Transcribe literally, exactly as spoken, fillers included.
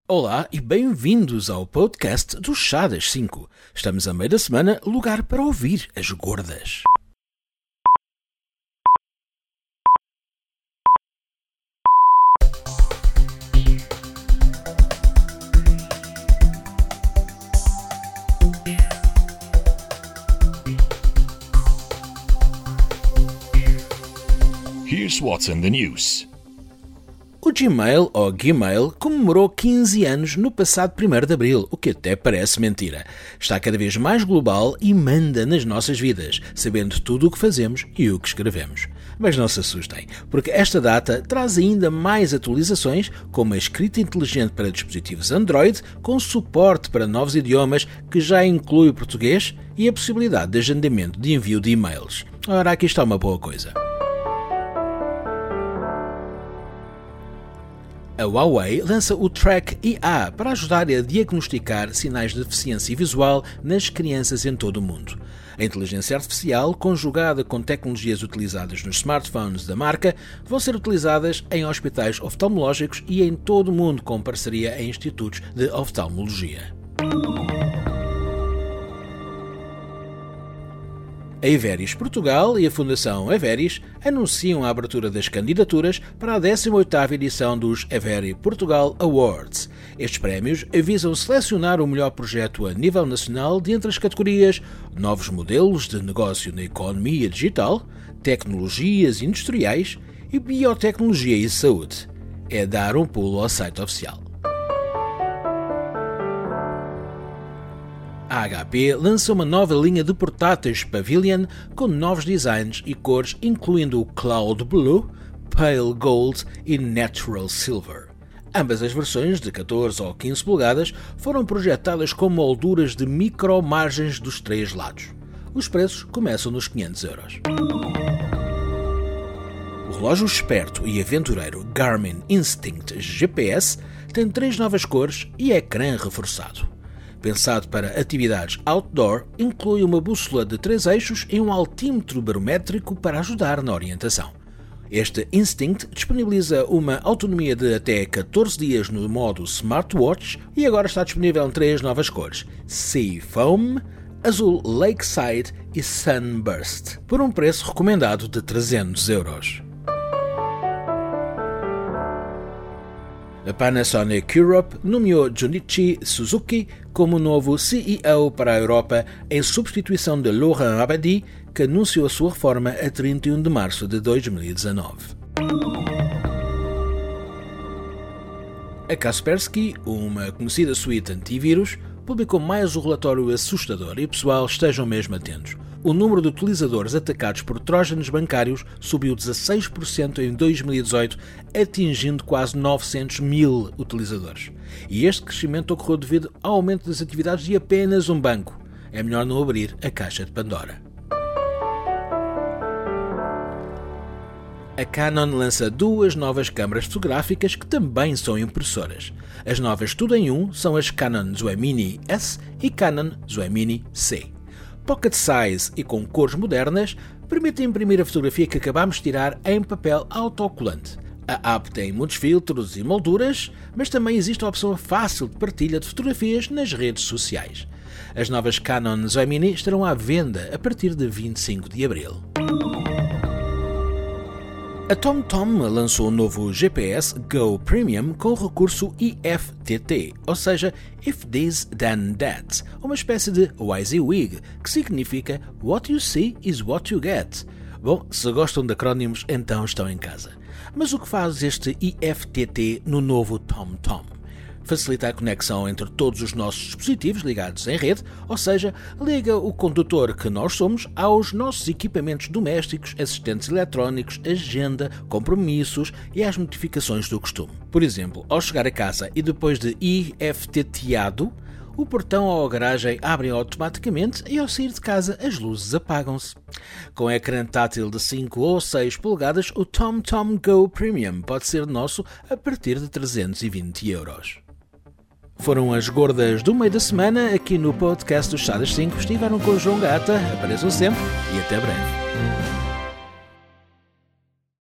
Olá e bem-vindos ao podcast do Chá das cinco. Estamos a meio da semana, lugar para ouvir as gordas. Here's what's in the news. O Gmail, ou Gmail, comemorou quinze anos no passado primeiro de abril, o que até parece mentira. Está cada vez mais global e manda nas nossas vidas, sabendo tudo o que fazemos e o que escrevemos. Mas não se assustem, porque esta data traz ainda mais atualizações, como a escrita inteligente para dispositivos Android, com suporte para novos idiomas, que já inclui o português, e a possibilidade de agendamento de envio de e-mails. Ora, aqui está uma boa coisa. A Huawei lança o Track I A para ajudar a diagnosticar sinais de deficiência visual nas crianças em todo o mundo. A inteligência artificial, conjugada com tecnologias utilizadas nos smartphones da marca, vão ser utilizadas em hospitais oftalmológicos e em todo o mundo com parceria em institutos de oftalmologia. A Everis Portugal e a Fundação Everis anunciam a abertura das candidaturas para a décima oitava edição dos Everis Portugal Awards. Estes prémios visam selecionar o melhor projeto a nível nacional dentre as categorias Novos Modelos de Negócio na Economia Digital, Tecnologias Industriais e Biotecnologia e Saúde. É dar um pulo ao site oficial. A H P lança uma nova linha de portáteis Pavilion com novos designs e cores, incluindo o Cloud Blue, Pale Gold e Natural Silver. Ambas as versões, de catorze ou quinze polegadas, foram projetadas com molduras de micro-margens dos três lados. Os preços começam nos quinhentos euros. O relógio esperto e aventureiro Garmin Instinct G P S tem três novas cores e ecrã reforçado. Pensado para atividades outdoor, inclui uma bússola de três eixos e um altímetro barométrico para ajudar na orientação. Este Instinct disponibiliza uma autonomia de até catorze dias no modo Smartwatch e agora está disponível em três novas cores: Sea Foam, Azul Lakeside e Sunburst, por um preço recomendado de trezentos euros. A Panasonic Europe nomeou Junichi Suzuki como novo C E O para a Europa em substituição de Laurent Abadie, que anunciou a sua reforma a trinta e um de março de dois mil e dezanove. A Kaspersky, uma conhecida suíte antivírus, publicou mais um relatório assustador e o pessoal estejam mesmo atentos. O número de utilizadores atacados por trójanos bancários subiu dezasseis por cento em dois mil e dezoito, atingindo quase novecentos mil utilizadores. E este crescimento ocorreu devido ao aumento das atividades de apenas um banco. É melhor não abrir a caixa de Pandora. A Canon lança duas novas câmaras fotográficas que também são impressoras. As novas tudo em um são as Canon Zuemini S e Canon Zuemini C. Pocket size e com cores modernas, permitem imprimir a fotografia que acabamos de tirar em papel autocolante. A app tem muitos filtros e molduras, mas também existe a opção fácil de partilha de fotografias nas redes sociais. As novas Canon Zuemini estarão à venda a partir de vinte e cinco de abril. A TomTom lançou o novo G P S Go Premium com o recurso I F T T, ou seja, If This Then That, uma espécie de WYSIWYG, que significa What You See is What You Get. Bom, se gostam de acrónimos, então estão em casa. Mas o que faz este I F T T no novo TomTom? Facilita a conexão entre todos os nossos dispositivos ligados em rede, ou seja, liga o condutor que nós somos aos nossos equipamentos domésticos, assistentes eletrónicos, agenda, compromissos e às notificações do costume. Por exemplo, ao chegar a casa e depois de I F T T-ado, o portão ou a garagem abrem automaticamente e ao sair de casa as luzes apagam-se. Com ecrã tátil de cinco ou seis polegadas, o TomTom Go Premium pode ser nosso a partir de trezentos e vinte euros. Foram as gordas do meio da semana aqui no podcast do Chá das cinco. Estiveram com o João Gata. Apareçam sempre e até breve.